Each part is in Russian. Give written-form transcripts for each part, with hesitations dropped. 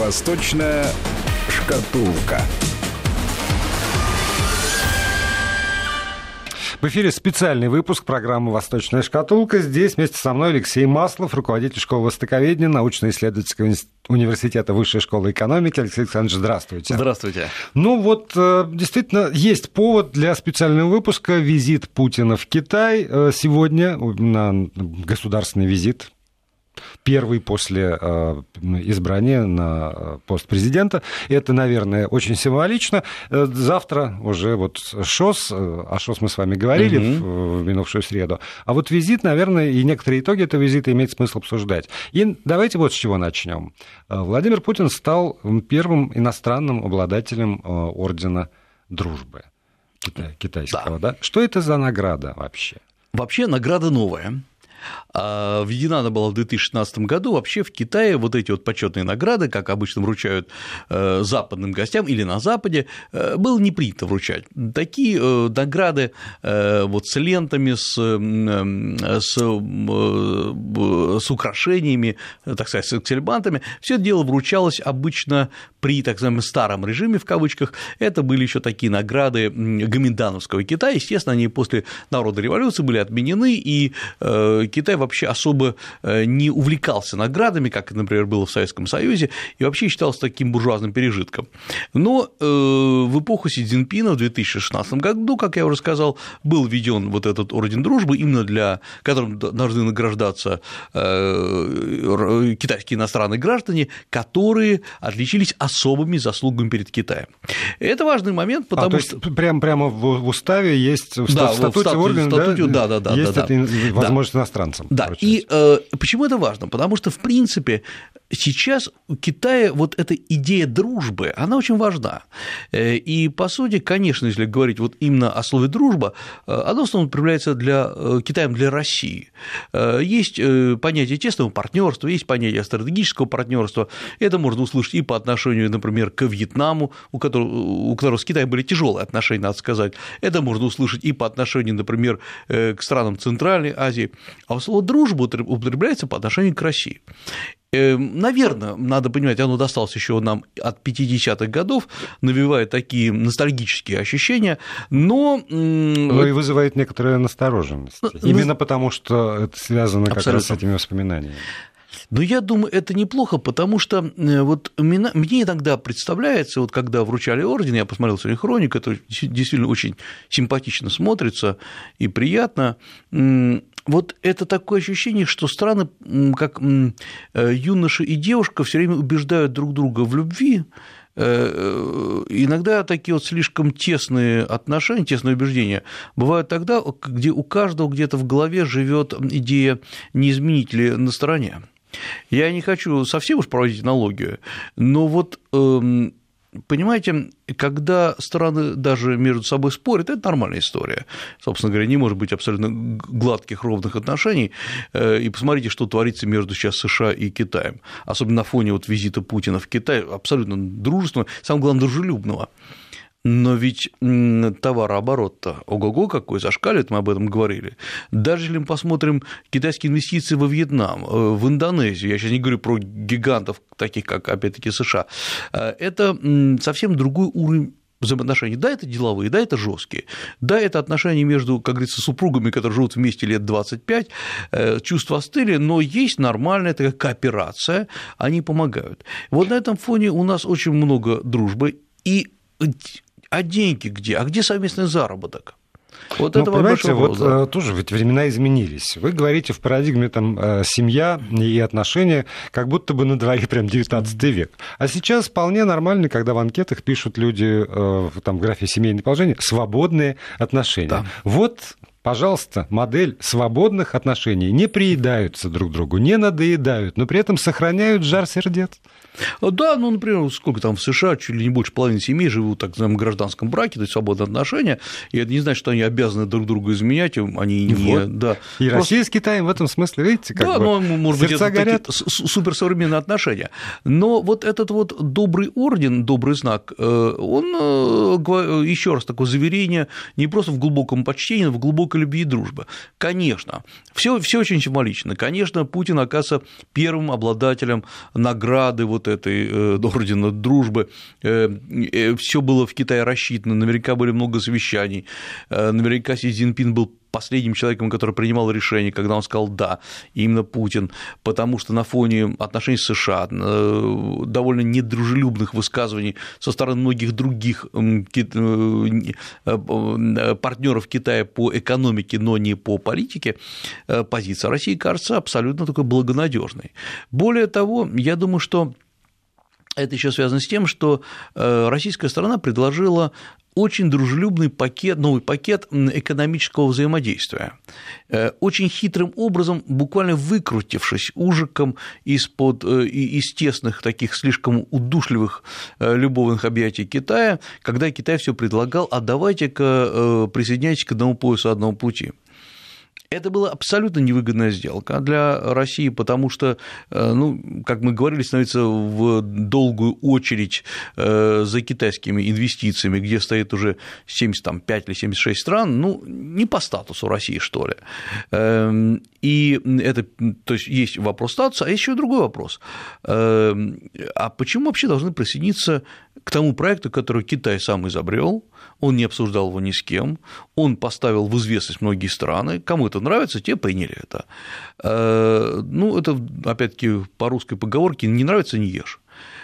Восточная шкатулка. В эфире специальный выпуск программы «Восточная шкатулка». Здесь вместе со мной Алексей Маслов, руководитель школы востоковедения научно-исследовательского университета Высшей школы экономики. Алексей Александрович, здравствуйте. Здравствуйте. Ну вот, действительно, есть повод для специального выпуска. Визит Путина в Китай сегодня, на государственный визит. Первый после избрания на пост президента. Это, наверное, очень символично. Завтра уже вот ШОС, о ШОС мы с вами говорили в минувшую среду. А вот визит, наверное, и некоторые итоги этого визита имеет смысл обсуждать. И давайте вот с чего начнем. Владимир Путин стал первым иностранным обладателем ордена Дружбы китайского. Да. Что это за награда вообще? Вообще награда новая. Введена она была в 2016 году. Вообще в Китае вот эти вот почетные награды, как обычно вручают западным гостям или на Западе, было не принято вручать. Такие награды вот с лентами, с украшениями, так сказать, с аксельбантами, все это дело вручалось обычно при так называемом старом режиме, в кавычках. Это были еще такие награды гоминдановского Китая. Естественно, они после народной революции были отменены, и Китай вообще особо не увлекался наградами, как, например, было в Советском Союзе, и вообще считался таким буржуазным пережитком. Но в эпоху Си Цзиньпина в 2016 году, как я уже сказал, был введен вот этот орден Дружбы, именно для которым должны награждаться китайские иностранные граждане, которые отличились особыми заслугами перед Китаем. Это важный момент, потому что… Прямо в уставе есть, в статуте ордена, есть эта возможность иностранцам. Да, и почему это важно? Потому что, в принципе, сейчас у Китая вот эта идея дружбы, она очень важна. И, по сути, конечно, если говорить вот именно о слове «дружба», оно в основном проявляется Китаем для России. Есть понятие тесного партнерства, есть понятие стратегического партнерства. Это можно услышать и по отношению, например, к Вьетнаму, у которого с Китаем были тяжелые отношения, надо сказать. Это можно услышать и по отношению, например, к странам Центральной Азии. А слово «дружба» употребляется по отношению к России. Наверное, надо понимать, оно досталось еще нам от 50-х годов, навевает такие ностальгические ощущения, но и вызывает некоторую настороженность. Именно потому, что это связано как раз с этими воспоминаниями. Но я думаю, это неплохо, потому что вот мне иногда представляется, вот когда вручали орден, я посмотрел сегодня хронику, это действительно очень симпатично смотрится и приятно. Вот это такое ощущение, что страны, как юноша и девушка, все время убеждают друг друга в любви. Иногда такие вот слишком тесные отношения, тесные убеждения бывают тогда, где у каждого где-то в голове живет идея «не изменить ли на стороне». Я не хочу совсем уж проводить аналогию, но вот, понимаете, когда страны даже между собой спорят, это нормальная история. Собственно говоря, не может быть абсолютно гладких, ровных отношений. И посмотрите, что творится между сейчас США и Китаем. Особенно на фоне вот визита Путина в Китай, абсолютно дружественного, самое главное, дружелюбного. Но ведь товарооборот-то ого-го какой зашкаливает, мы об этом говорили. Даже если мы посмотрим китайские инвестиции во Вьетнам, в Индонезию, я сейчас не говорю про гигантов, таких как, опять-таки, США, это совсем другой уровень взаимоотношений. Да, это деловые, да, это жесткие, да, это отношения между, как говорится, супругами, которые живут вместе лет 25, чувства остыли, но есть нормальная такая кооперация, они помогают. Вот на этом фоне у нас очень много дружбы, а деньги где? А где совместный заработок? Вот это понимаете, вопрос, вот тоже ведь времена изменились. Вы говорите в парадигме там семья и отношения, как будто бы на дворе прям 19 век. А сейчас вполне нормально, когда в анкетах пишут люди там, в графе «семейное положение» свободные отношения. Да. Вот, пожалуйста, модель свободных отношений. Не приедаются друг другу, не надоедают, но при этом сохраняют жар сердец. Да, ну, например, сколько там в США, чуть ли не больше половины семей живут в так называемом гражданском браке, то есть свободные отношения, и это не значит, что они обязаны друг другу изменять, они не… Вот. Да. И просто… Россия с Китаем в этом смысле, видите, как бы может быть, это горят. Суперсовременные отношения. Но вот этот вот добрый орден, добрый знак, он, еще раз, такое заверение не просто в глубоком почтении, но в глубокой только любви и дружбы. Конечно, все очень символично. Конечно, Путин оказывается первым обладателем награды вот этой ордена дружбы. Все было в Китае рассчитано, наверняка были много совещаний, наверняка Си Цзиньпин был последним человеком, который принимал решение, когда он сказал «да», именно Путин, потому что на фоне отношений с США, довольно недружелюбных высказываний со стороны многих других партнеров Китая по экономике, но не по политике, позиция России кажется абсолютно такой благонадежной. Более того, я думаю, что это еще связано с тем, что российская сторона предложила очень дружелюбный пакет, новый пакет экономического взаимодействия, очень хитрым образом, буквально выкрутившись ужиком из тесных таких слишком удушливых любовных объятий Китая, когда Китай все предлагал: а давайте-ка присоединяйтесь к одному поясу, одному пути. Это была абсолютно невыгодная сделка для России, потому что, как мы говорили, становится в долгую очередь за китайскими инвестициями, где стоит уже 75 или 76 стран, не по статусу России, что ли. И это, то есть вопрос статуса, а есть еще другой вопрос. А почему вообще должны присоединиться к тому проекту, который Китай сам изобрел? Он не обсуждал его ни с кем, он поставил в известность многие страны, кому это нравится, те приняли это. Это, опять-таки, по русской поговорке «не нравится – не ешь».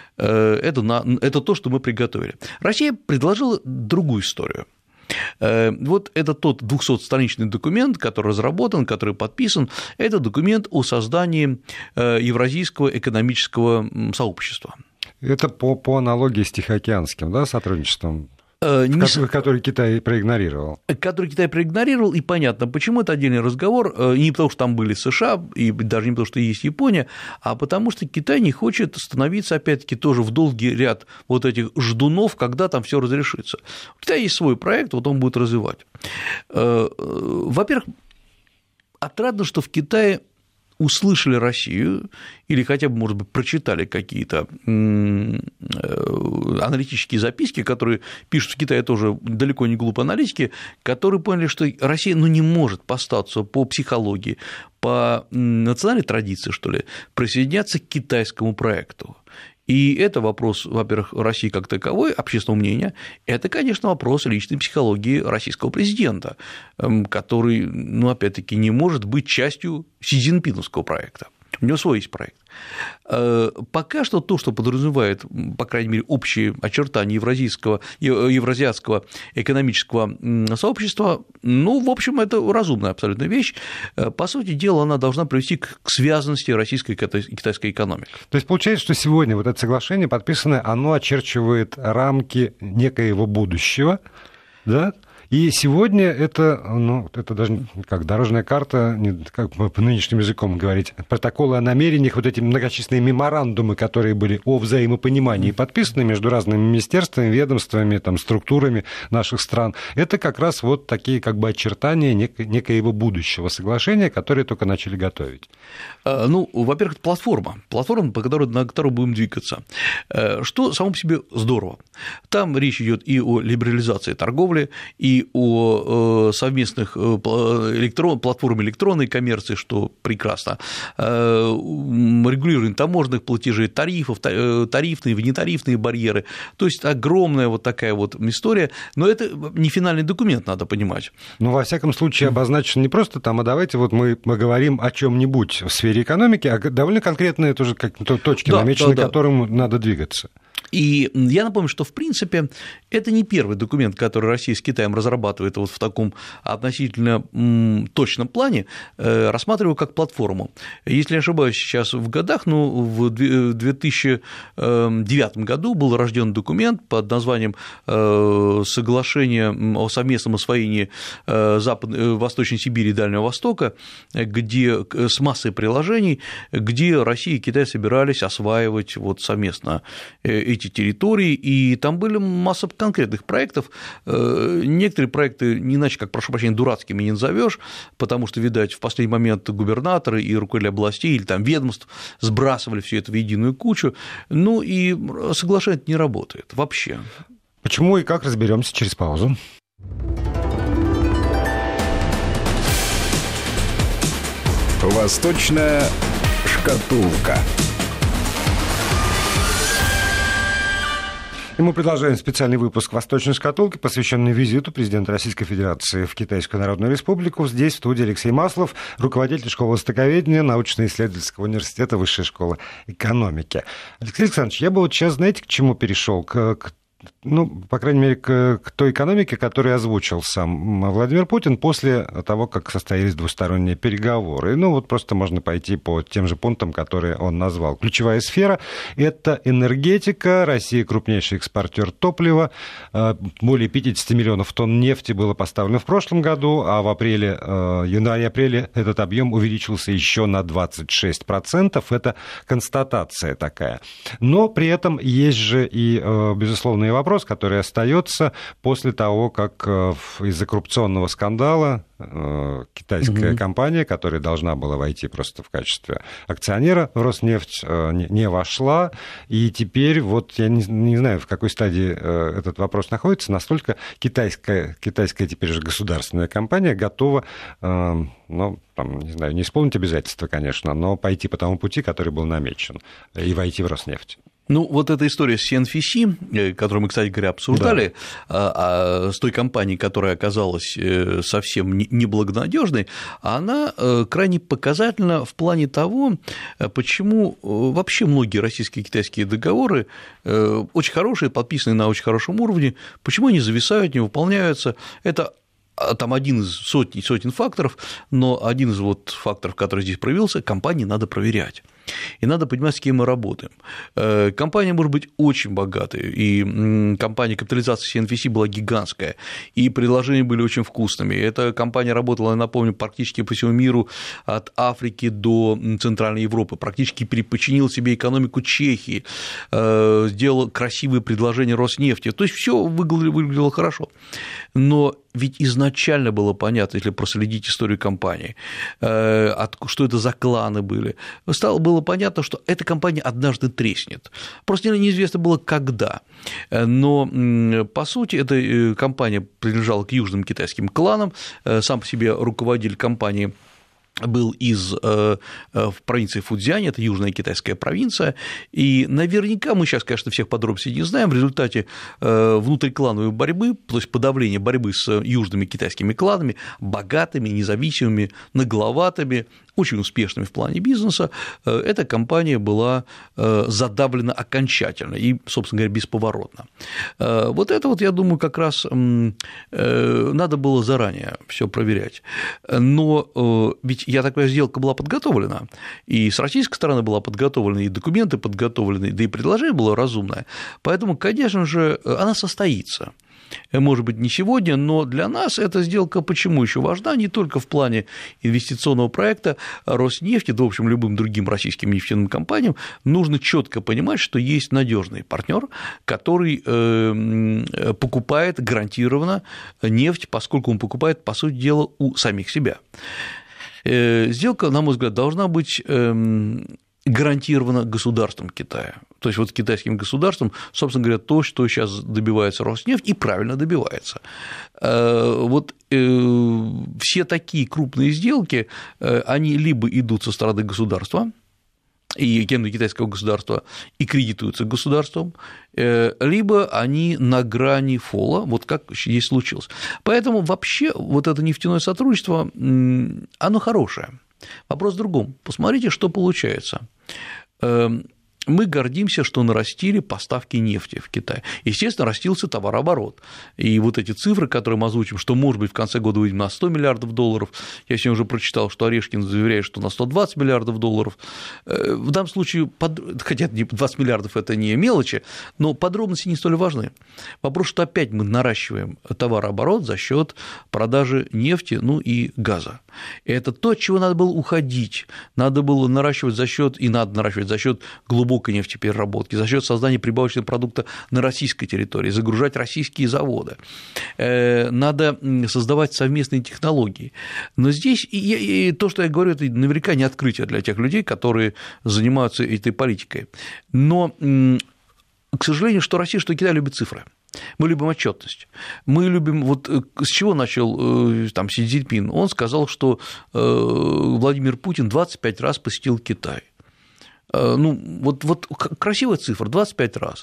Это то, что мы приготовили. Россия предложила другую историю. Вот это тот 200-страничный документ, который разработан, который подписан, это документ о создании Евразийского экономического сообщества. Это по аналогии с Тихоокеанским, да, сотрудничеством? Который Китай проигнорировал. Который Китай проигнорировал, и понятно, почему, это отдельный разговор, не потому, что там были США, и даже не потому, что есть Япония, а потому что Китай не хочет становиться, опять-таки, тоже в долгий ряд вот этих ждунов, когда там все разрешится. У Китая есть свой проект, вот он будет развивать. Во-первых, отрадно, что в Китае услышали Россию или хотя бы, может быть, прочитали какие-то аналитические записки, которые пишут в Китае тоже далеко не глупые аналитики, которые поняли, что Россия не может по статусу, по психологии, по национальной традиции, что ли, присоединяться к китайскому проекту. И это вопрос, во-первых, России как таковой, общественного мнения, это, конечно, вопрос личной психологии российского президента, который, опять-таки, не может быть частью си цзиньпиновского проекта. У него свой есть проект. Пока что то, что подразумевает, по крайней мере, общие очертания евразиатского экономического сообщества, в общем, это разумная абсолютно вещь. По сути дела, она должна привести к связанности российской и китайской экономики. То есть получается, что сегодня вот это соглашение подписанное, оно очерчивает рамки некоего будущего, да? И сегодня это даже как дорожная карта, как по нынешним языком говорить, протоколы о намерениях, вот эти многочисленные меморандумы, которые были о взаимопонимании подписаны между разными министерствами, ведомствами, структурами наших стран, это как раз вот такие как бы очертания некоего будущего соглашения, которые только начали готовить. Во-первых, это платформа, на которую будем двигаться, что само по себе здорово. Там речь идет и о либерализации торговли, и о совместных платформах электронной коммерции, что прекрасно, регулирование таможенных платежей, тарифов, тарифные, внетарифные барьеры, то есть огромная вот такая вот история, но это не финальный документ, надо понимать. Во всяком случае, обозначено не просто а давайте вот мы поговорим о чем-нибудь в сфере экономики, а довольно конкретные тоже точки, намеченные которым надо двигаться. И я напомню, что, в принципе, это не первый документ, который Россия с Китаем разрабатывает вот в таком относительно точном плане, рассматриваю как платформу. Если не ошибаюсь, сейчас в годах, в 2009 году был рожден документ под названием «Соглашение о совместном освоении Восточной Сибири и Дальнего Востока», где с массой приложений, где Россия и Китай собирались осваивать вот совместно эти территории, и там были масса конкретных проектов. Некоторые проекты, не иначе, как, прошу прощения, дурацкими не назовешь, потому что, видать, в последний момент губернаторы и руководители областей или ведомств сбрасывали все это в единую кучу, и соглашение не работает вообще. Почему и как, разберемся через паузу. Восточная шкатулка. И мы продолжаем специальный выпуск «Восточной шкатулки», посвященный визиту президента Российской Федерации в Китайскую Народную Республику. Здесь, в студии, Алексей Маслов, руководитель школы востоковедения Научно-исследовательского университета Высшей школы экономики. Алексей Александрович, я бы вот сейчас, знаете, к чему перешел? По крайней мере, к той экономике, которую озвучил сам Владимир Путин после того, как состоялись двусторонние переговоры. Просто можно пойти по тем же пунктам, которые он назвал. Ключевая сфера – это энергетика. Россия – крупнейший экспортер топлива. Более 50 миллионов тонн нефти было поставлено в прошлом году, а в январе-апреле этот объем увеличился еще на 26%. Это констатация такая. Но при этом есть же и, безусловно, вопрос, который остается после того, как из-за коррупционного скандала китайская компания, которая должна была войти просто в качестве акционера в Роснефть, не вошла. И теперь, я не знаю, в какой стадии этот вопрос находится, настолько китайская теперь же государственная компания готова, не исполнить обязательства, конечно, но пойти по тому пути, который был намечен, и войти в Роснефть. Эта история с CNFC, которую мы, кстати говоря, обсуждали, да. С той компанией, которая оказалась совсем неблагонадежной, она крайне показательна в плане того, почему вообще многие российские и китайские договоры, очень хорошие, подписанные на очень хорошем уровне, почему они зависают, не выполняются. Это там один из сотен факторов, но один из факторов, который здесь проявился, компании надо проверять. И надо понимать, с кем мы работаем. Компания может быть очень богатой, и компания капитализации CNFC была гигантская, и предложения были очень вкусными. Эта компания работала, я напомню, практически по всему миру, от Африки до Центральной Европы, практически переподчинила себе экономику Чехии, сделала красивые предложения Роснефти. То есть все выглядело хорошо. Но ведь изначально было понятно, если проследить историю компании, что это за кланы были, было понятно, что эта компания однажды треснет. Просто неизвестно было, когда. Но, по сути, эта компания принадлежала к южным китайским кланам, сам по себе руководитель компании был из провинции Фудзянь, это южная китайская провинция, и наверняка, мы сейчас, конечно, всех подробностей не знаем, в результате внутриклановой борьбы, то есть подавления борьбы с южными китайскими кланами, богатыми, независимыми, нагловатыми, очень успешными в плане бизнеса, эта компания была задавлена окончательно и, собственно говоря, бесповоротно. Я думаю, как раз надо было заранее все проверять. Но ведь, я так понимаю, сделка была подготовлена, и с российской стороны была подготовлена, и документы подготовлены, да и предложение было разумное, поэтому, конечно же, она состоится. Может быть, не сегодня, но для нас эта сделка почему еще важна? Не только в плане инвестиционного проекта Роснефти, да, в общем, любым другим российским нефтяным компаниям нужно четко понимать, что есть надежный партнер, который покупает гарантированно нефть, поскольку он покупает, по сути дела, у самих себя. Сделка, на мой взгляд, должна быть гарантировано государством Китая. То есть китайским государством, собственно говоря, то, что сейчас добивается Роснефть, и правильно добивается. Все такие крупные сделки, они либо идут со стороны государства, и китайского государства, и кредитуются государством, либо они на грани фола, как здесь случилось. Поэтому вообще это нефтяное сотрудничество, оно хорошее. Вопрос в другом. Посмотрите, что получается. Мы гордимся, что нарастили поставки нефти в Китай. Естественно, растился товарооборот. И эти цифры, которые мы озвучим, что, может быть, в конце года выйдем на $100 миллиардов, я сегодня уже прочитал, что Орешкин заверяет, что на $120 миллиардов. В данном случае, хотя 20 миллиардов – это не мелочи, но подробности не столь важны. Вопрос, что опять мы наращиваем товарооборот за счет продажи нефти, и газа. И это то, от чего надо было уходить. Надо было наращивать за счет глубокой нефтепереработки, за счет создания прибавочного продукта на российской территории, загружать российские заводы. Надо создавать совместные технологии. Но здесь и то, что я говорю, это наверняка не открытие для тех людей, которые занимаются этой политикой. Но, к сожалению, что Россия, что Китай любят цифры. Мы любим отчетность. Мы любим, вот с чего начал там Си Цзиньпин? Он сказал, что Владимир Путин 25 раз посетил Китай. Ну, вот красивая цифра, 25 раз.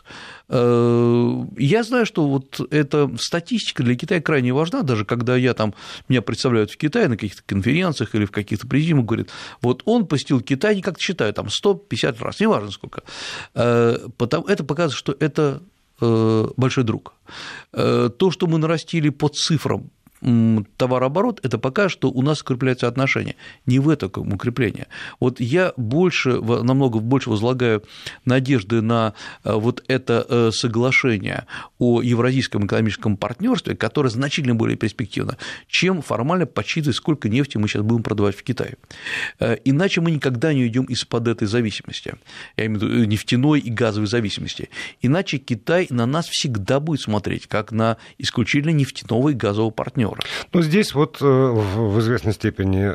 Я знаю, что вот эта статистика для Китая крайне важна, даже когда меня представляют в Китае на каких-то конференциях или в каких-то президиумах, говорят, вот он посетил Китай, они как-то считают, там, 150 раз, неважно сколько. Это показывает, что это большой друг. То, что мы нарастили по цифрам товарооборот, это покажет, что у нас укрепляются отношения. Не в это укрепление. Вот я намного больше возлагаю надежды на вот это соглашение о Евразийском экономическом партнерстве, которое значительно более перспективно, чем формально подсчитывать, сколько нефти мы сейчас будем продавать в Китае. Иначе мы никогда не уйдем из-под этой зависимости, я имею в виду нефтяной и газовой зависимости. Иначе Китай на нас всегда будет смотреть как на исключительно нефтяного и газового партнера. Ну, здесь вот в известной степени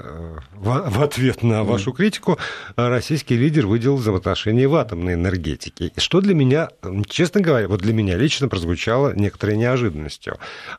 в ответ на вашу критику российский лидер выделил взаимоотношения в атомной энергетике. Что для меня, честно говоря, вот для меня лично прозвучало некоторой неожиданностью.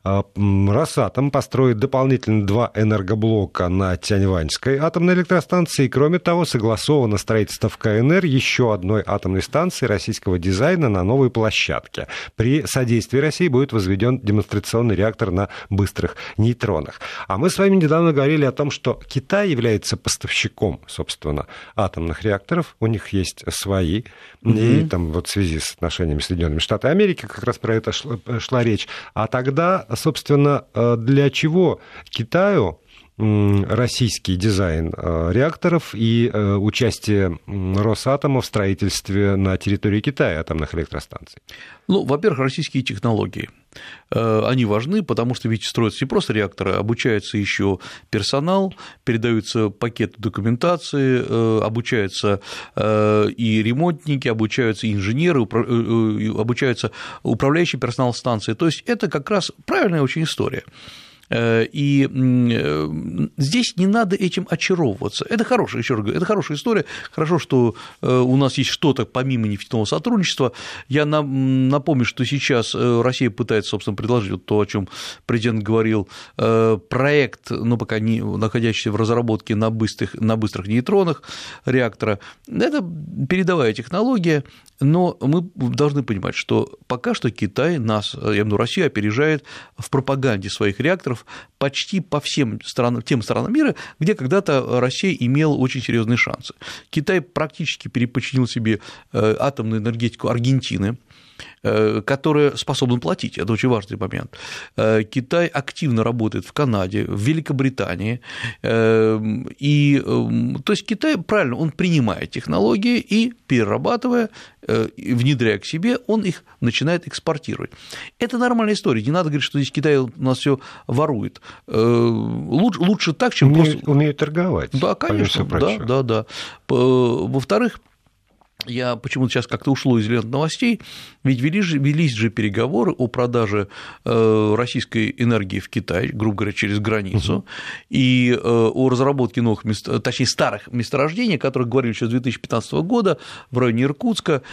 Росатом построит дополнительно 2 энергоблока на Тяньваньской атомной электростанции, и, кроме того, согласовано строительство в КНР еще одной атомной станции российского дизайна на новой площадке. При содействии России будет возведен демонстрационный реактор на быстрых нейтронах. А мы с вами недавно говорили о том, что Китай является поставщиком, собственно, атомных реакторов, у них есть свои, и там вот в связи с отношениями с Соединенными Штатами Америки как раз про это шла речь. А тогда, собственно, для чего Китаю российский дизайн реакторов и участие Росатома в строительстве на территории Китая атомных электростанций? Ну, во-первых, российские технологии. Они важны, потому что ведь строятся не просто реакторы, обучается еще персонал, передаются пакеты документации, обучаются и ремонтники, обучаются и инженеры, обучаются управляющий персонал станции. То есть это как раз правильная очень история. И здесь не надо этим очаровываться. Это хорошая, еще раз говорю, это хорошая история. Хорошо, что у нас есть что-то помимо нефтяного сотрудничества. Я напомню, что сейчас Россия пытается, собственно, предложить вот то, о чем президент говорил, проект, но пока не находящийся в разработке на быстрых нейтронах реактора. Это передовая технология, но мы должны понимать, что пока что Китай нас, я имею в виду Россию, опережает в пропаганде своих реакторов почти по всем тем странам мира, где когда-то Россия имела очень серьезные шансы. Китай практически переподчинил себе атомную энергетику Аргентины, которые способны платить, это очень важный момент. Китай активно работает в Канаде, в Великобритании, и, то есть Китай, правильно, он принимает технологии и, перерабатывая, внедряя к себе, он их начинает экспортировать. Это нормальная история, не надо говорить, что здесь Китай у нас все ворует. Лучше так, чем умеют торговать. Да, конечно, да. Во-вторых, я почему-то сейчас как-то ушло из лент новостей, ведь велись же переговоры о продаже российской энергии в Китай, грубо говоря, через границу, и о разработке новых, точнее, старых месторождений, о которых говорили еще с 2015 года в районе Иркутска,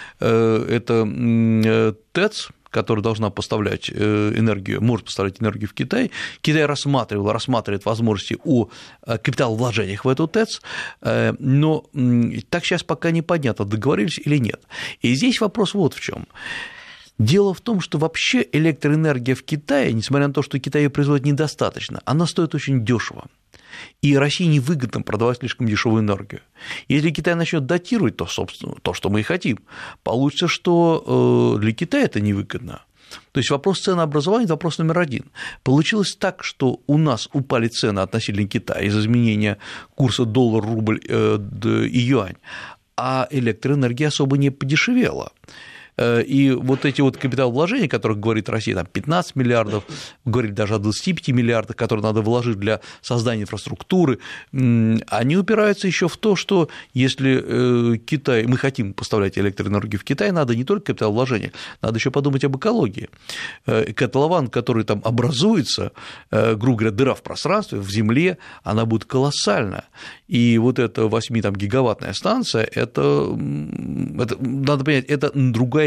это ТЭЦ, которая должна поставлять энергию, может поставлять энергию в Китай. Китай рассматривает возможности о капиталовложениях в эту ТЭЦ, но так сейчас пока непонятно, договорились или нет. И здесь вопрос вот в чем. Дело в том, что вообще электроэнергия в Китае, несмотря на то, что Китай ее производит недостаточно, она стоит очень дешево. И России невыгодно продавать слишком дешевую энергию. Если Китай начнет датировать, то, собственно, то, что мы и хотим, получится, что для Китая это невыгодно. То есть вопрос ценообразования – это вопрос номер один. Получилось так, что у нас упали цены относительно Китая из-за изменения курса доллар, рубль и юань, а электроэнергия особо не подешевела. И вот эти вот капиталовложения, о которых говорит Россия, там 15 миллиардов, говорит даже о 25 миллиардах, которые надо вложить для создания инфраструктуры, они упираются еще в то, что если Китай, мы хотим поставлять электроэнергию в Китай, надо не только капиталовложения, надо еще подумать об экологии. Котлован, который там образуется, грубо говоря, дыра в пространстве, в земле, она будет колоссальна. И вот эта 8-гигаваттная станция, это надо понять, это другая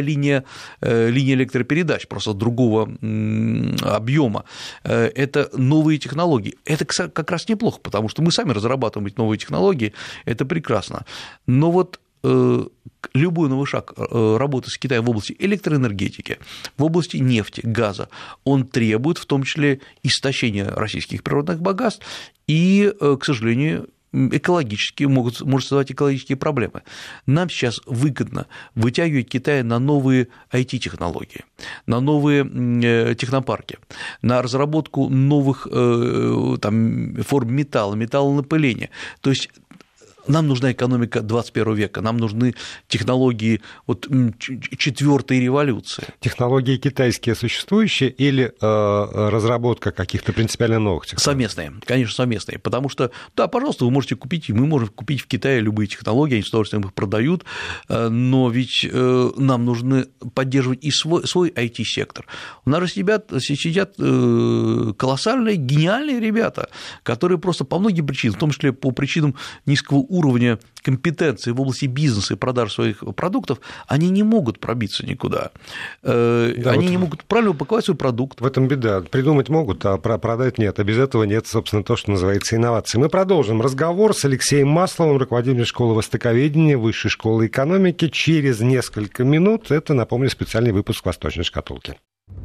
линия электропередач, просто другого объема. Это новые технологии. Это как раз неплохо, потому что мы сами разрабатываем эти новые технологии, это прекрасно. Но вот любой новый шаг работы с Китаем в области электроэнергетики, в области нефти, газа, он требует в том числе истощения российских природных богатств и, к сожалению, экологические, может создавать экологические проблемы. Нам сейчас выгодно вытягивать Китай на новые IT-технологии, на новые технопарки, на разработку новых форм металла, металлонапыления. То есть нам нужна экономика 21 века, нам нужны технологии четвертой революции. Технологии китайские существующие или разработка каких-то принципиально новых технологий? Совместные, конечно, совместные, потому что, да, пожалуйста, вы можете купить, и мы можем купить в Китае любые технологии, они с удовольствием их продают, но ведь нам нужно поддерживать и свой IT-сектор. У нас же сидят колоссальные, гениальные ребята, которые просто по многим причинам, в том числе по причинам низкого уровня компетенции в области бизнеса и продаж своих продуктов, они не могут пробиться никуда. Они не могут правильно упаковать свой продукт. В этом беда. Придумать могут, а продать нет. А без этого нет, собственно, то, что называется инновацией. Мы продолжим разговор с Алексеем Масловым, руководителем школы востоковедения Высшей школы экономики. Через несколько минут. Это, напомню, специальный выпуск «Восточной шкатулки».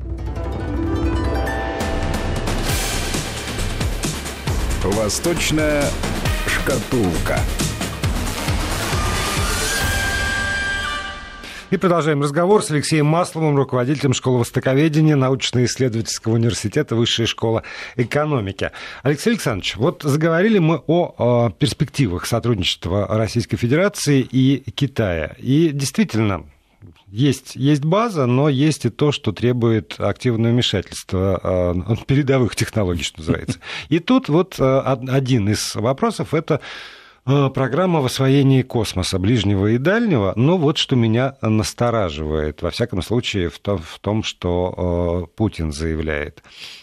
Восточная шкатулка. И продолжаем разговор с Алексеем Масловым, руководителем школы востоковедения научно-исследовательского университета Высшей школы экономики. Алексей Александрович, вот заговорили мы о перспективах сотрудничества Российской Федерации и Китая. И действительно, есть база, но есть и то, что требует активного вмешательства передовых технологий, что называется. И тут вот один из вопросов – это программа в освоении космоса, ближнего и дальнего. Но вот что меня настораживает, во всяком случае, в том, что Путин заявляет.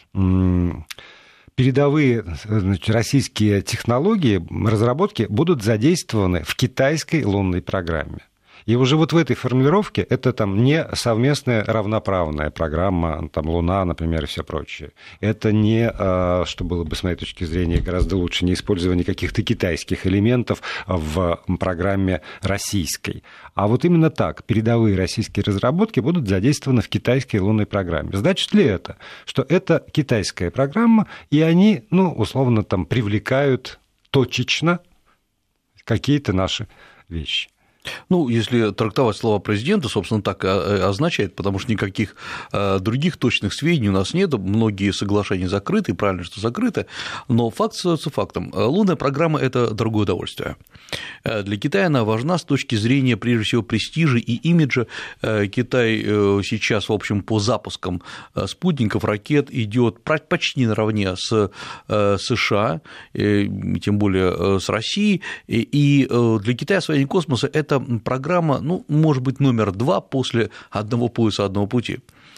Передовые российские технологии, разработки будут задействованы в китайской лунной программе. И уже вот в этой формулировке это там не совместная равноправная программа, там Луна, например, и все прочее. Это не, что было бы с моей точки зрения гораздо лучше, не использование каких-то китайских элементов в программе российской. А вот именно так, передовые российские разработки будут задействованы в китайской лунной программе. Значит ли это, что это китайская программа, и они, условно, там привлекают точечно какие-то наши вещи? Если трактовать слова президента, собственно, так и означает, потому что никаких других точных сведений у нас нет, многие соглашения закрыты, правильно, что закрыты, но факт остается фактом. Лунная программа – это дорогое удовольствие. Для Китая она важна с точки зрения, прежде всего, престижа и имиджа. Китай сейчас, в общем, по запускам спутников, ракет идет почти наравне с США, тем более с Россией, и для Китая освоение космоса – это программа, может быть, номер 2 после одного пояса, одного пути.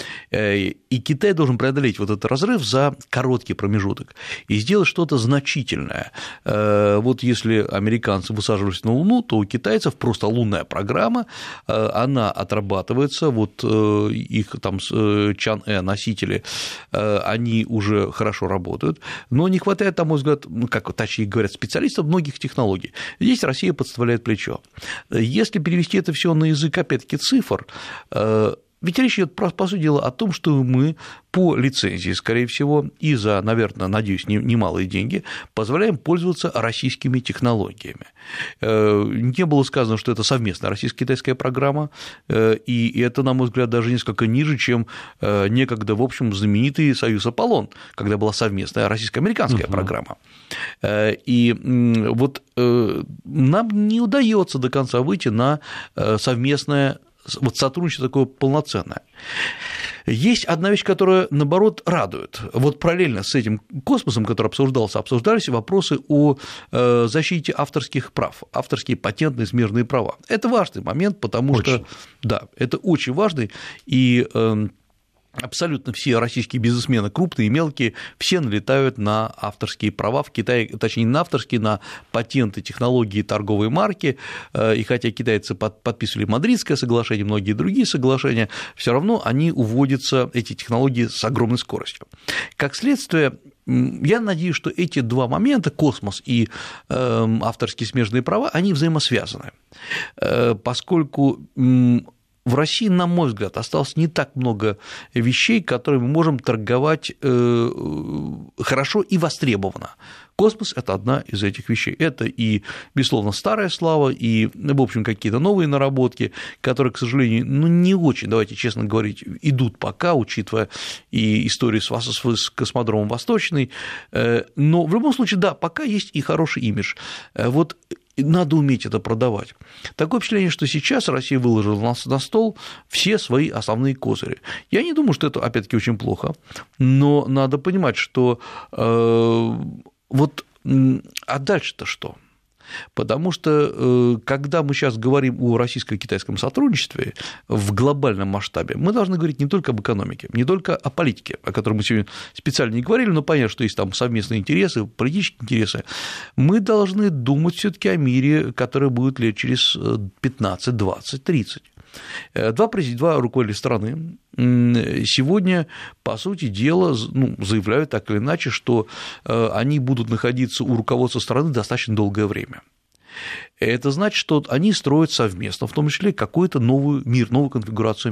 И Китай должен преодолеть вот этот разрыв за короткий промежуток и сделать что-то значительное. Вот если американцы высаживались на Луну, то у китайцев просто лунная программа, она отрабатывается, вот их там Чан-Э носители, они уже хорошо работают, но не хватает, на мой взгляд, как точнее говорят специалистов, многих технологий. Здесь Россия подставляет плечо. Если перевести это все на язык, опять-таки, цифр, ведь речь идет, по сути дела, о том, что мы по лицензии, скорее всего, и за, наверное, надеюсь, немалые деньги позволяем пользоваться российскими технологиями. Не было сказано, что это совместная российско-китайская программа, и это, на мой взгляд, даже несколько ниже, чем некогда, в общем, знаменитый «Союз Аполлон», когда была совместная российско-американская программа. И вот нам не удается до конца выйти на совместное сотрудничество такое полноценное. Есть одна вещь, которая, наоборот, радует. Вот параллельно с этим космосом, который обсуждались вопросы о защите авторских прав, авторские патентные смежные права. Это важный момент, потому что… Да, это очень важный, и абсолютно все российские бизнесмены, крупные и мелкие, все налетают на авторские права в Китае, точнее, не на авторские, на патенты, технологии, торговые марки, и хотя китайцы подписывали Мадридское соглашение, многие другие соглашения, все равно они уводятся, эти технологии, с огромной скоростью. Как следствие, я надеюсь, что эти два момента, космос и авторские смежные права, они взаимосвязаны, поскольку в России, на мой взгляд, осталось не так много вещей, которыми мы можем торговать хорошо и востребованно. Космос – это одна из этих вещей. Это и, безусловно, старая слава, и, в общем, какие-то новые наработки, которые, к сожалению, не очень, давайте честно говорить, идут пока, учитывая и историю с космодромом «Восточный». Но в любом случае, да, пока есть и хороший имидж. Вот надо уметь это продавать. Такое впечатление, что сейчас Россия выложила на стол все свои основные козыри. Я не думаю, что это, опять-таки, очень плохо, но надо понимать, что а дальше-то что? Потому что, когда мы сейчас говорим о российско-китайском сотрудничестве в глобальном масштабе, мы должны говорить не только об экономике, не только о политике, о которой мы сегодня специально не говорили, но понятно, что есть там совместные интересы, политические интересы. Мы должны думать все-таки о мире, который будет лет через 15, 20, 30. Два руководителя страны сегодня, по сути дела, заявляют так или иначе, что они будут находиться у руководства страны достаточно долгое время. Это значит, что они строят совместно, в том числе, какой-то новый мир, новую конфигурацию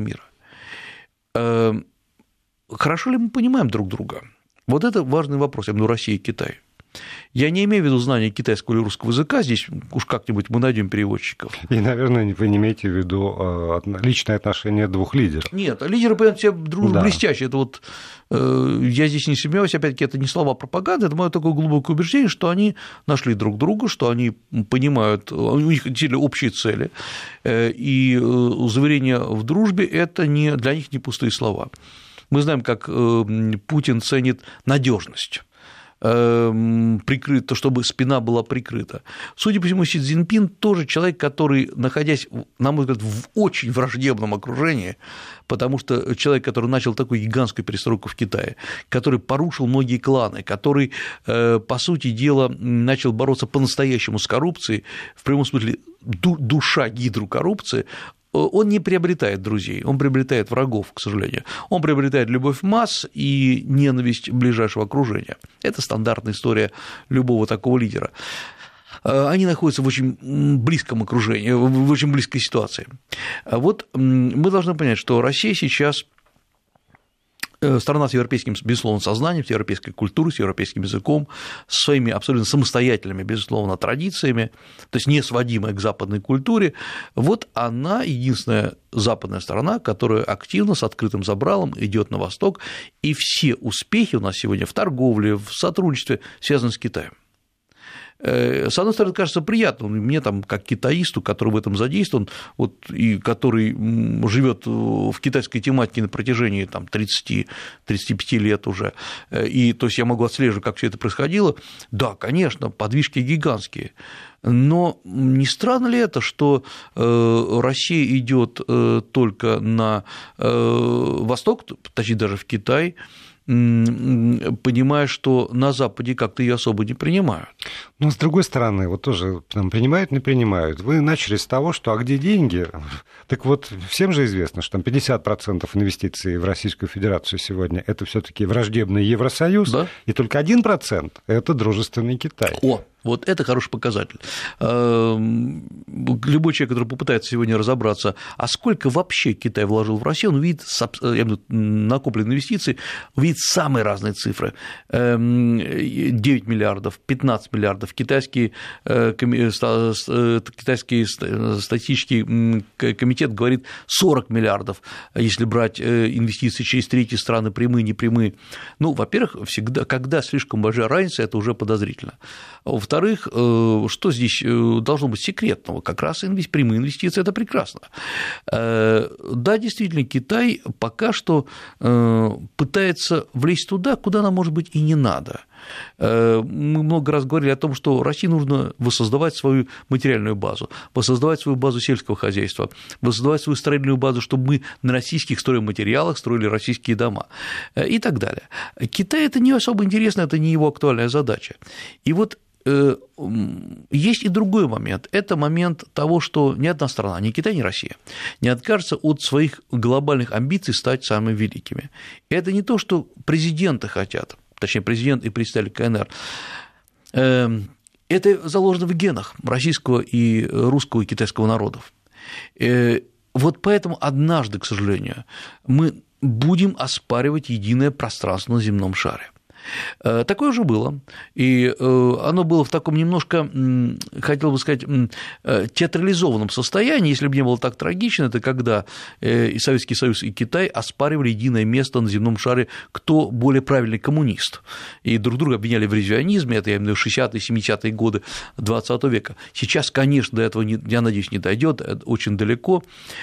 мира. Хорошо ли мы понимаем друг друга? Вот это важный вопрос, я имею в виду Россия и Китай. Я не имею в виду знания китайского или русского языка, здесь уж как-нибудь мы найдем переводчиков. И, наверное, вы не имеете в виду личные отношения двух лидеров. Нет, лидеры, понятно, все дружат блестяще. Это вот, я здесь не сомневаюсь, опять-таки, это не слова пропаганды, это мое такое глубокое убеждение, что они нашли друг друга, что они понимают, у них действительно общие цели, и заверения в дружбе – это для них не пустые слова. Мы знаем, как Путин ценит надежность, прикрыто, чтобы спина была прикрыта. Судя по всему, Си Цзиньпин тоже человек, который, находясь, на мой взгляд, в очень враждебном окружении, потому что человек, который начал такую гигантскую перестройку в Китае, который порушил многие кланы, который, по сути дела, начал бороться по-настоящему с коррупцией, в прямом смысле душа гидру коррупции, он не приобретает друзей, он приобретает врагов, к сожалению. Он приобретает любовь масс и ненависть ближайшего окружения. Это стандартная история любого такого лидера. Они находятся в очень близком окружении, в очень близкой ситуации. Вот мы должны понять, что Россия сейчас страна с европейским, безусловно, сознанием, с европейской культурой, с европейским языком, с своими абсолютно самостоятельными, безусловно, традициями, то есть не сводимая к западной культуре. Вот она единственная западная страна, которая активно, с открытым забралом идет на восток, и все успехи у нас сегодня в торговле, в сотрудничестве связаны с Китаем. С одной стороны, кажется приятно, мне там, как китаисту, который в этом задействован, вот, и который живет в китайской тематике на протяжении там, 30-35 лет уже, и то есть я могу отслеживать, как все это происходило, да, конечно, подвижки гигантские. Но не странно ли это, что Россия идет только на восток, точнее даже в Китай, понимая, что на Западе как-то ее особо не принимают? Но, с другой стороны, вот тоже там, принимают, не принимают. Вы начали с того, что а где деньги? Так вот, всем же известно, что там 50% инвестиций в Российскую Федерацию сегодня – это все таки враждебный Евросоюз, да? И только 1% – это дружественный Китай. Вот это хороший показатель. Любой человек, который попытается сегодня разобраться, а сколько вообще Китай вложил в Россию, он видит, я имею в виду, накопленные инвестиции, видит самые разные цифры. 9 миллиардов, 15 миллиардов. Китайский статистический комитет говорит 40 миллиардов, если брать инвестиции через третьи страны, прямые, непрямые. Ну, во-первых, всегда, когда слишком большая разница, это уже подозрительно. Во-вторых, что здесь должно быть секретного? Как раз прямые инвестиции – это прекрасно. Да, действительно, Китай пока что пытается влезть туда, куда нам, может быть, и не надо. Мы много раз говорили о том, что России нужно воссоздавать свою материальную базу, воссоздавать свою базу сельского хозяйства, воссоздавать свою строительную базу, чтобы мы на российских стройматериалах строили российские дома и так далее. Китай – это не особо интересно, это не его актуальная задача. И вот есть и другой момент. Это момент того, что ни одна страна, ни Китай, ни Россия, не откажется от своих глобальных амбиций стать самыми великими. Это не то, что президенты хотят, точнее, президент и представитель КНР. Это заложено в генах российского и русского и китайского народов. Вот поэтому однажды, к сожалению, мы будем оспаривать единое пространство на земном шаре. Такое уже было, и оно было в таком немножко, хотел бы сказать, театрализованном состоянии, если бы не было так трагично, это когда и Советский Союз, и Китай оспаривали единое место на земном шаре, кто более правильный коммунист, и друг друга обвиняли в ревизионизме, это я имею в виду 60-е, 70-е годы XX века. Сейчас, конечно, до этого, я надеюсь, не дойдет, очень далеко,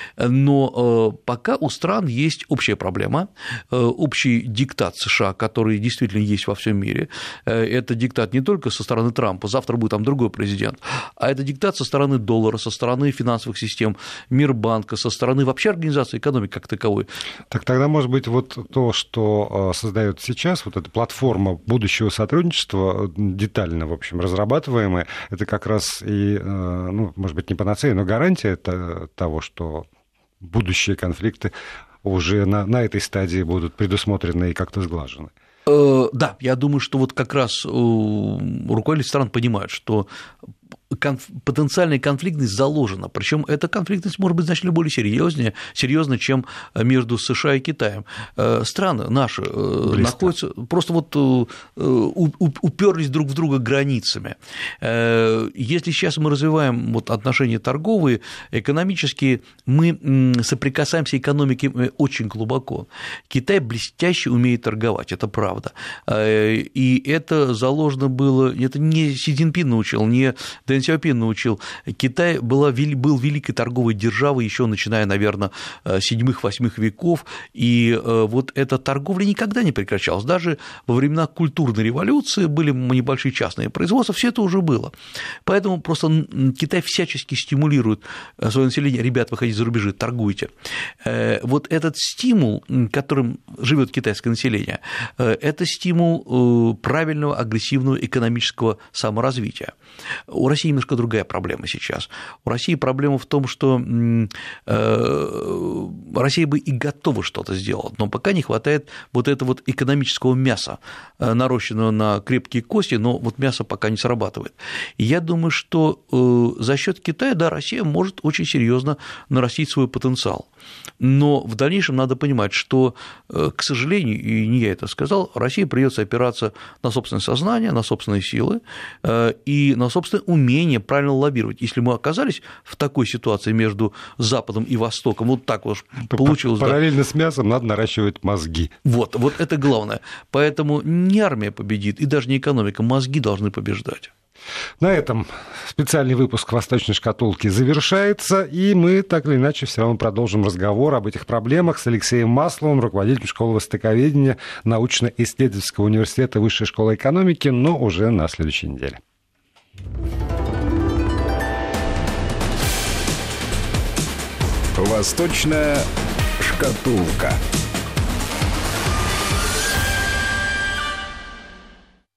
но пока у стран есть общая проблема, общий диктат США, который действительно есть во всем мире. Это диктат не только со стороны Трампа, завтра будет там другой президент, а это диктат со стороны доллара, со стороны финансовых систем, Мирбанка, со стороны вообще организации экономики как таковой. Так тогда, может быть, вот то, что создает сейчас, вот эта платформа будущего сотрудничества, детально, в общем, разрабатываемая, это как раз и, ну, может быть, не панацея, но гарантия того, что будущие конфликты уже на этой стадии будут предусмотрены и как-то сглажены. Да, я думаю, что вот как раз руководители стран понимают, что потенциальная конфликтность заложена, причем эта конфликтность может быть значительно более серьезная, чем между США и Китаем. Страны наши находятся, просто вот уперлись друг в друга границами. Если сейчас мы развиваем вот отношения торговые, экономические, мы соприкасаемся экономиками очень глубоко. Китай блестяще умеет торговать, это правда. И это заложено было, это не Си Цзиньпин научил, не Дэн Сяопин научил. Китай был великой торговой державой еще начиная, наверное, с 7-8 веков, и вот эта торговля никогда не прекращалась. Даже во времена культурной революции были небольшие частные производства, все это уже было. Поэтому просто Китай всячески стимулирует свое население: ребят, выходите за рубежи, торгуйте. Вот этот стимул, которым живет китайское население, это стимул правильного, агрессивного экономического саморазвития. У России немножко другая проблема сейчас. У России проблема в том, что Россия бы и готова что-то сделать, но пока не хватает вот этого вот экономического мяса, нарощенного на крепкие кости, но вот мясо пока не срабатывает. И я думаю, что за счет Китая, да, Россия может очень серьезно нарастить свой потенциал. Но в дальнейшем надо понимать, что, к сожалению, и не я это сказал, России придется опираться на собственное сознание, на собственные силы и на собственное умение правильно лоббировать. Если мы оказались в такой ситуации между Западом и Востоком, вот так вот получилось. Параллельно с мясом надо наращивать мозги. Вот это главное. Поэтому не армия победит, и даже не экономика, мозги должны побеждать. На этом специальный выпуск «Восточной шкатулки» завершается, и мы так или иначе все равно продолжим разговор об этих проблемах с Алексеем Масловым, руководителем школы востоковедения научно-исследовательского университета Высшей школы экономики, но уже на следующей неделе. «Восточная шкатулка».